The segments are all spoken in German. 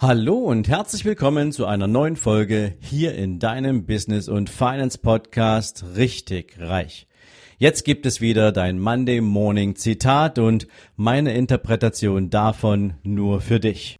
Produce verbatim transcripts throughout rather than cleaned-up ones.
Hallo und herzlich willkommen zu einer neuen Folge hier in deinem Business- und Finance-Podcast Richtig Reich. Jetzt gibt es wieder dein Monday Morning Zitat und meine Interpretation davon nur für dich.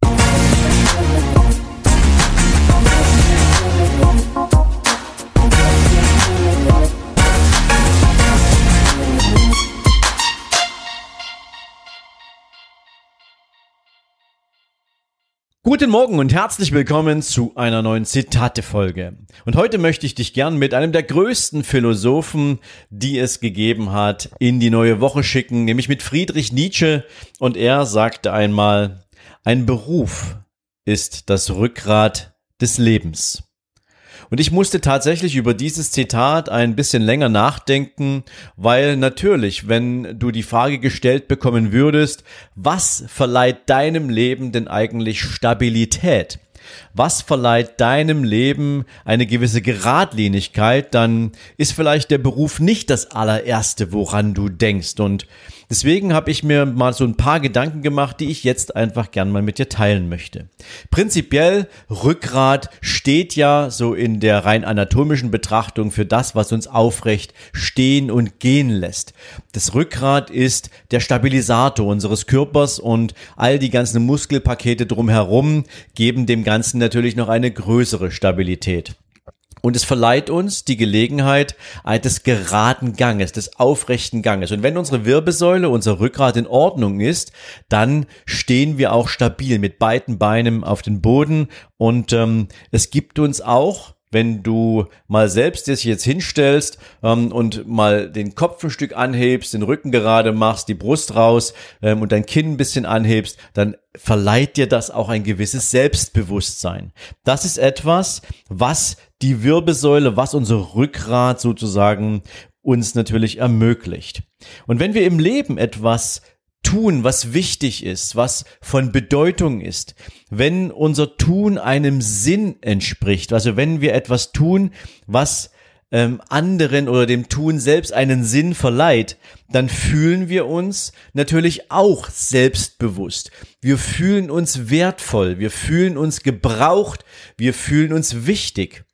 Guten Morgen und herzlich willkommen zu einer neuen Zitate-Folge. Und heute möchte ich dich gern mit einem der größten Philosophen, die es gegeben hat, in die neue Woche schicken, nämlich mit Friedrich Nietzsche. Und er sagte einmal, ein Beruf ist das Rückgrat des Lebens. Und ich musste tatsächlich über dieses Zitat ein bisschen länger nachdenken, weil natürlich, wenn du die Frage gestellt bekommen würdest, was verleiht deinem Leben denn eigentlich Stabilität? Was verleiht deinem Leben eine gewisse Geradlinigkeit, dann ist vielleicht der Beruf nicht das allererste, woran du denkst. Und deswegen habe ich mir mal so ein paar Gedanken gemacht, die ich jetzt einfach gern mal mit dir teilen möchte. Prinzipiell, Rückgrat steht ja so in der rein anatomischen Betrachtung für das, was uns aufrecht stehen und gehen lässt. Das Rückgrat ist der Stabilisator unseres Körpers und all die ganzen Muskelpakete drumherum geben dem Ganzen natürlich noch eine größere Stabilität. Und es verleiht uns die Gelegenheit des geraden Ganges, des aufrechten Ganges. Und wenn unsere Wirbelsäule, unser Rückgrat in Ordnung ist, dann stehen wir auch stabil mit beiden Beinen auf den Boden. Und ähm, es gibt uns auch, wenn du mal selbst dich jetzt hinstellst ähm, und mal den Kopf ein Stück anhebst, den Rücken gerade machst, die Brust raus ähm, und dein Kinn ein bisschen anhebst, dann verleiht dir das auch ein gewisses Selbstbewusstsein. Das ist etwas, was die Wirbelsäule, was unser Rückgrat sozusagen uns natürlich ermöglicht. Und wenn wir im Leben etwas tun, was wichtig ist, was von Bedeutung ist, wenn unser Tun einem Sinn entspricht, also wenn wir etwas tun, was ähm, anderen oder dem Tun selbst einen Sinn verleiht, dann fühlen wir uns natürlich auch selbstbewusst. Wir fühlen uns wertvoll, wir fühlen uns gebraucht, wir fühlen uns wichtig.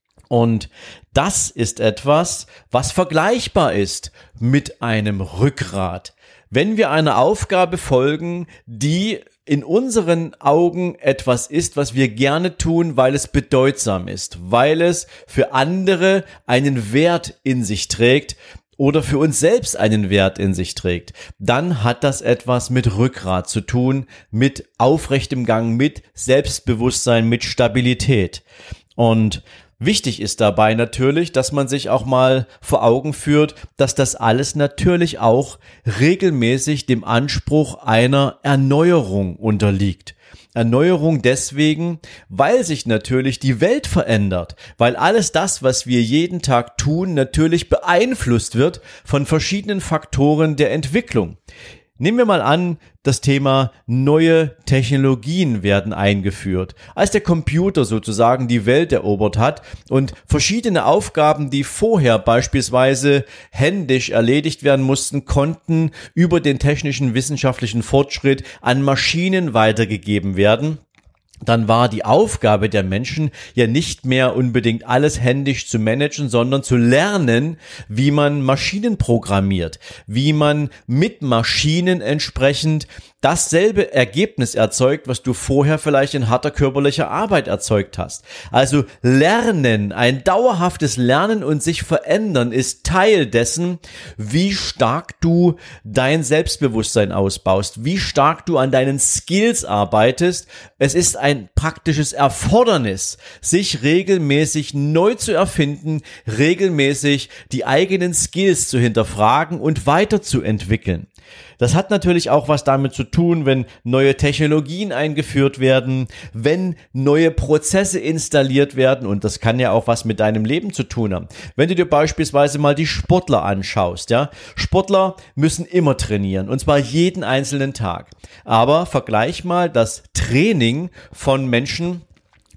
Und das ist etwas, was vergleichbar ist mit einem Rückgrat. Wenn wir einer Aufgabe folgen, die in unseren Augen etwas ist, was wir gerne tun, weil es bedeutsam ist, weil es für andere einen Wert in sich trägt oder für uns selbst einen Wert in sich trägt, dann hat das etwas mit Rückgrat zu tun, mit aufrechtem Gang, mit Selbstbewusstsein, mit Stabilität. Und wichtig ist dabei natürlich, dass man sich auch mal vor Augen führt, dass das alles natürlich auch regelmäßig dem Anspruch einer Erneuerung unterliegt. Erneuerung deswegen, weil sich natürlich die Welt verändert, weil alles das, was wir jeden Tag tun, natürlich beeinflusst wird von verschiedenen Faktoren der Entwicklung. Nehmen wir mal an, das Thema neue Technologien werden eingeführt. Als der Computer sozusagen die Welt erobert hat und verschiedene Aufgaben, die vorher beispielsweise händisch erledigt werden mussten, konnten über den technischen wissenschaftlichen Fortschritt an Maschinen weitergegeben werden, dann war die Aufgabe der Menschen ja nicht mehr unbedingt alles händisch zu managen, sondern zu lernen, wie man Maschinen programmiert, wie man mit Maschinen entsprechend dasselbe Ergebnis erzeugt, was du vorher vielleicht in harter körperlicher Arbeit erzeugt hast. Also Lernen, ein dauerhaftes Lernen und sich verändern ist Teil dessen, wie stark du dein Selbstbewusstsein ausbaust, wie stark du an deinen Skills arbeitest. Es ist ein praktisches Erfordernis, sich regelmäßig neu zu erfinden, regelmäßig die eigenen Skills zu hinterfragen und weiterzuentwickeln. Das hat natürlich auch was damit zu tun, wenn neue Technologien eingeführt werden, wenn neue Prozesse installiert werden, und das kann ja auch was mit deinem Leben zu tun haben. Wenn du dir beispielsweise mal die Sportler anschaust, ja, Sportler müssen immer trainieren, und zwar jeden einzelnen Tag. Aber vergleich mal das Training von Menschen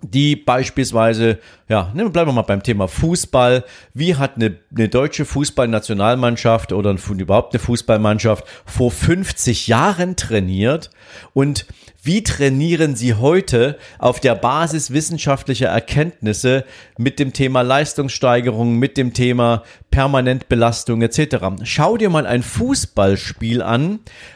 die beispielsweise, ja, ne, bleiben wir mal beim Thema Fußball. Wie hat eine, eine deutsche Fußballnationalmannschaft oder ein, überhaupt eine Fußballmannschaft vor fünfzig Jahren trainiert und wie trainieren sie heute auf der Basis wissenschaftlicher Erkenntnisse mit dem Thema Leistungssteigerung, mit dem Thema Permanentbelastung et cetera? Schau dir mal ein Fußballspiel an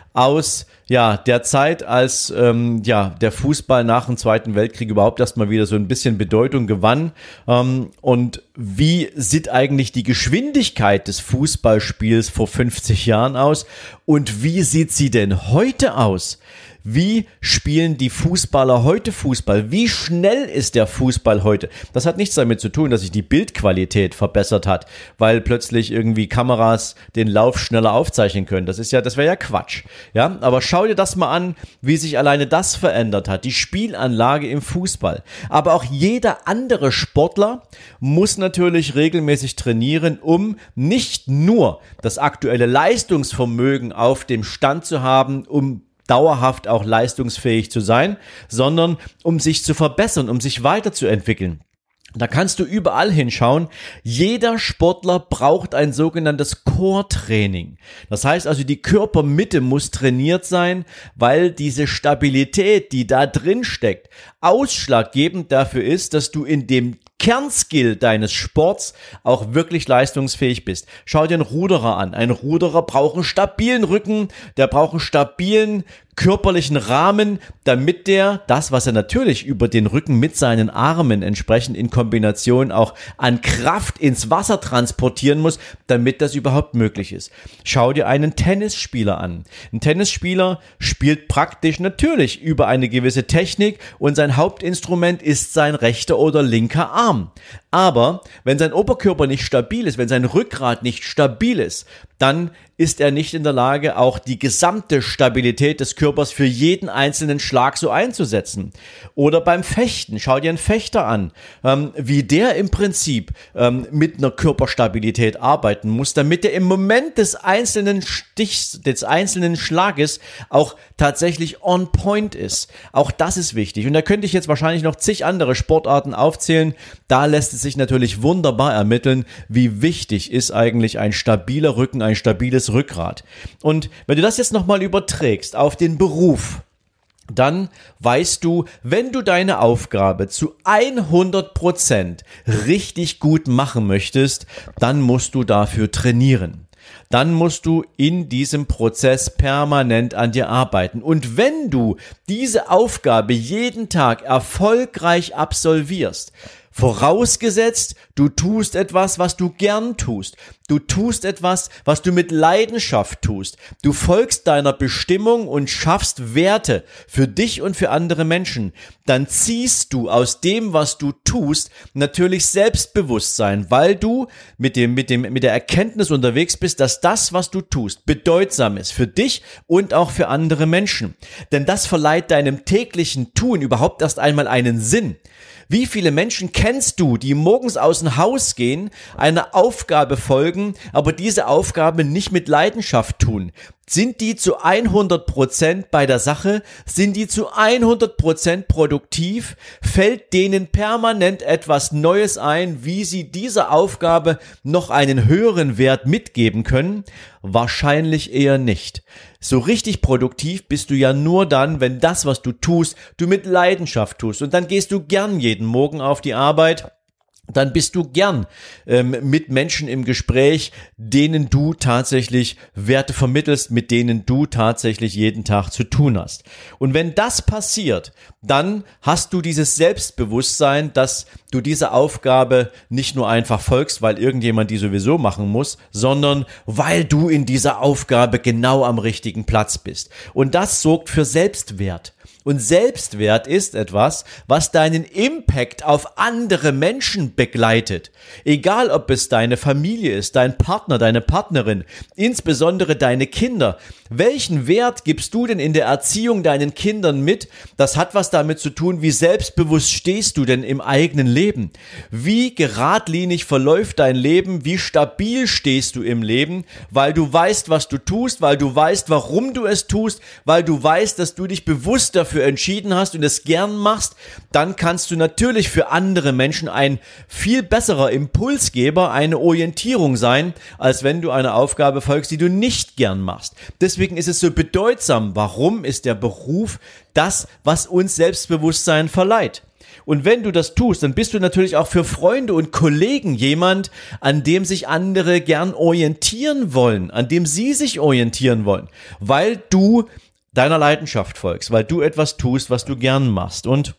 aus ja der Zeit, als ähm, ja der Fußball nach dem Zweiten Weltkrieg überhaupt erstmal wieder so ein bisschen Bedeutung gewann. Ähm, und wie sieht eigentlich die Geschwindigkeit des Fußballspiels vor fünfzig Jahren aus? Und wie sieht sie denn heute aus? Wie spielen die Fußballer heute Fußball? Wie schnell ist der Fußball heute? Das hat nichts damit zu tun, dass sich die Bildqualität verbessert hat, weil plötzlich irgendwie Kameras den Lauf schneller aufzeichnen können. Das ist ja, das wäre ja Quatsch. Ja, aber schau dir das mal an, wie sich alleine das verändert hat. Die Spielanlage im Fußball. Aber auch jeder andere Sportler muss natürlich regelmäßig trainieren, um nicht nur das aktuelle Leistungsvermögen auf dem Stand zu haben, um dauerhaft auch leistungsfähig zu sein, sondern um sich zu verbessern, um sich weiterzuentwickeln. Da kannst du überall hinschauen. Jeder Sportler braucht ein sogenanntes Core-Training. Das heißt also, die Körpermitte muss trainiert sein, weil diese Stabilität, die da drin steckt, ausschlaggebend dafür ist, dass du in dem Kernskill deines Sports auch wirklich leistungsfähig bist. Schau dir einen Ruderer an. Ein Ruderer braucht einen stabilen Rücken, der braucht einen stabilen körperlichen Rahmen, damit der das, was er natürlich über den Rücken mit seinen Armen entsprechend in Kombination auch an Kraft ins Wasser transportieren muss, damit das überhaupt möglich ist. Schau dir einen Tennisspieler an. Ein Tennisspieler spielt praktisch natürlich über eine gewisse Technik und sein Hauptinstrument ist sein rechter oder linker Arm. Aber wenn sein Oberkörper nicht stabil ist, wenn sein Rückgrat nicht stabil ist, dann ist er nicht in der Lage, auch die gesamte Stabilität des Körpers für jeden einzelnen Schlag so einzusetzen. Oder beim Fechten, schau dir einen Fechter an, ähm, wie der im Prinzip ähm, mit einer Körperstabilität arbeiten muss, damit er im Moment des einzelnen Stichs, des einzelnen Schlages auch tatsächlich on point ist. Auch das ist wichtig. Und da könnte ich jetzt wahrscheinlich noch zig andere Sportarten aufzählen. Da lässt es sich natürlich wunderbar ermitteln, wie wichtig ist eigentlich ein stabiler Rücken, ein stabiles Rückgrat. Und wenn du das jetzt nochmal überträgst auf den Beruf, dann weißt du, wenn du deine Aufgabe zu hundert Prozent richtig gut machen möchtest, dann musst du dafür trainieren. Dann musst du in diesem Prozess permanent an dir arbeiten. Und wenn du diese Aufgabe jeden Tag erfolgreich absolvierst, vorausgesetzt, du tust etwas, was du gern tust. Du tust etwas, was du mit Leidenschaft tust. Du folgst deiner Bestimmung und schaffst Werte für dich und für andere Menschen. Dann ziehst du aus dem, was du tust, natürlich Selbstbewusstsein, weil du mit dem, mit dem, mit der Erkenntnis unterwegs bist, dass das, was du tust, bedeutsam ist für dich und auch für andere Menschen. Denn das verleiht deinem täglichen Tun überhaupt erst einmal einen Sinn. Wie viele Menschen kennst du, die morgens aus dem Haus gehen, einer Aufgabe folgen, aber diese Aufgabe nicht mit Leidenschaft tun? Sind die zu hundert Prozent bei der Sache? Sind die zu hundert Prozent produktiv? Fällt denen permanent etwas Neues ein, wie sie dieser Aufgabe noch einen höheren Wert mitgeben können? Wahrscheinlich eher nicht. So richtig produktiv bist du ja nur dann, wenn das, was du tust, du mit Leidenschaft tust. Und dann gehst du gern jeden Morgen auf die Arbeit. Dann bist du gern ähm, mit Menschen im Gespräch, denen du tatsächlich Werte vermittelst, mit denen du tatsächlich jeden Tag zu tun hast. Und wenn das passiert, dann hast du dieses Selbstbewusstsein, dass du diese Aufgabe nicht nur einfach folgst, weil irgendjemand die sowieso machen muss, sondern weil du in dieser Aufgabe genau am richtigen Platz bist. Und das sorgt für Selbstwert. Und Selbstwert ist etwas, was deinen Impact auf andere Menschen begleitet. Egal, ob es deine Familie ist, dein Partner, deine Partnerin, insbesondere deine Kinder. Welchen Wert gibst du denn in der Erziehung deinen Kindern mit? Das hat was damit zu tun, wie selbstbewusst stehst du denn im eigenen Leben? Wie geradlinig verläuft dein Leben? Wie stabil stehst du im Leben? Weil du weißt, was du tust, weil du weißt, warum du es tust, weil du weißt, dass du dich bewusst dafür dafür entschieden hast und es gern machst, dann kannst du natürlich für andere Menschen ein viel besserer Impulsgeber, eine Orientierung sein, als wenn du einer Aufgabe folgst, die du nicht gern machst. Deswegen ist es so bedeutsam. Warum ist der Beruf das, was uns Selbstbewusstsein verleiht? Und wenn du das tust, dann bist du natürlich auch für Freunde und Kollegen jemand, an dem sich andere gern orientieren wollen, an dem sie sich orientieren wollen, weil du deiner Leidenschaft folgst, weil du etwas tust, was du gern machst. Und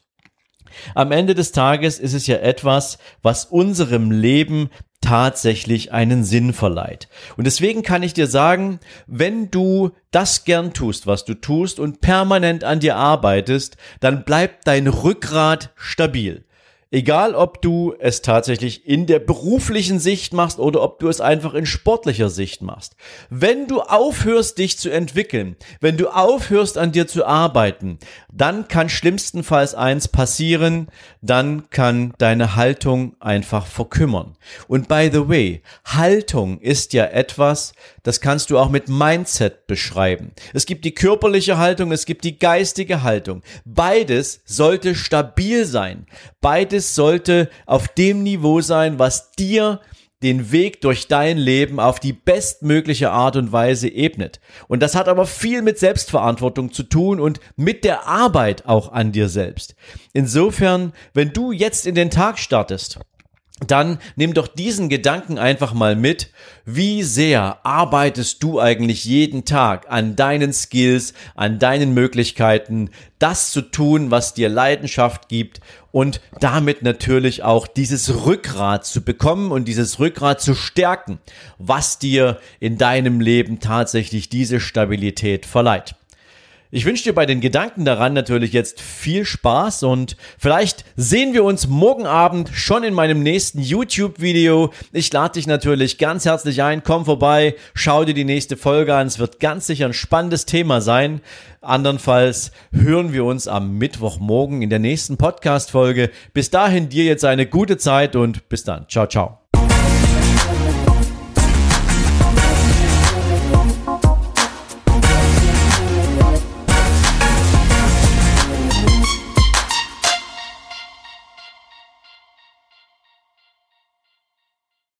am Ende des Tages ist es ja etwas, was unserem Leben tatsächlich einen Sinn verleiht. Und deswegen kann ich dir sagen, wenn du das gern tust, was du tust und permanent an dir arbeitest, dann bleibt dein Rückgrat stabil. Egal, ob du es tatsächlich in der beruflichen Sicht machst oder ob du es einfach in sportlicher Sicht machst. Wenn du aufhörst, dich zu entwickeln, wenn du aufhörst, an dir zu arbeiten, dann kann schlimmstenfalls eins passieren, dann kann deine Haltung einfach verkümmern. Und by the way, Haltung ist ja etwas, das kannst du auch mit Mindset beschreiben. Es gibt die körperliche Haltung, es gibt die geistige Haltung. Beides sollte stabil sein. Beides sollte auf dem Niveau sein, was dir den Weg durch dein Leben auf die bestmögliche Art und Weise ebnet. Und das hat aber viel mit Selbstverantwortung zu tun und mit der Arbeit auch an dir selbst. Insofern, wenn du jetzt in den Tag startest, dann nimm doch diesen Gedanken einfach mal mit. Wie sehr arbeitest du eigentlich jeden Tag an deinen Skills, an deinen Möglichkeiten, das zu tun, was dir Leidenschaft gibt und damit natürlich auch dieses Rückgrat zu bekommen und dieses Rückgrat zu stärken, was dir in deinem Leben tatsächlich diese Stabilität verleiht. Ich wünsche dir bei den Gedanken daran natürlich jetzt viel Spaß und vielleicht sehen wir uns morgen Abend schon in meinem nächsten YouTube-Video. Ich lade dich natürlich ganz herzlich ein, komm vorbei, schau dir die nächste Folge an. Es wird ganz sicher ein spannendes Thema sein. Andernfalls hören wir uns am Mittwochmorgen in der nächsten Podcast-Folge. Bis dahin dir jetzt eine gute Zeit und bis dann. Ciao, ciao.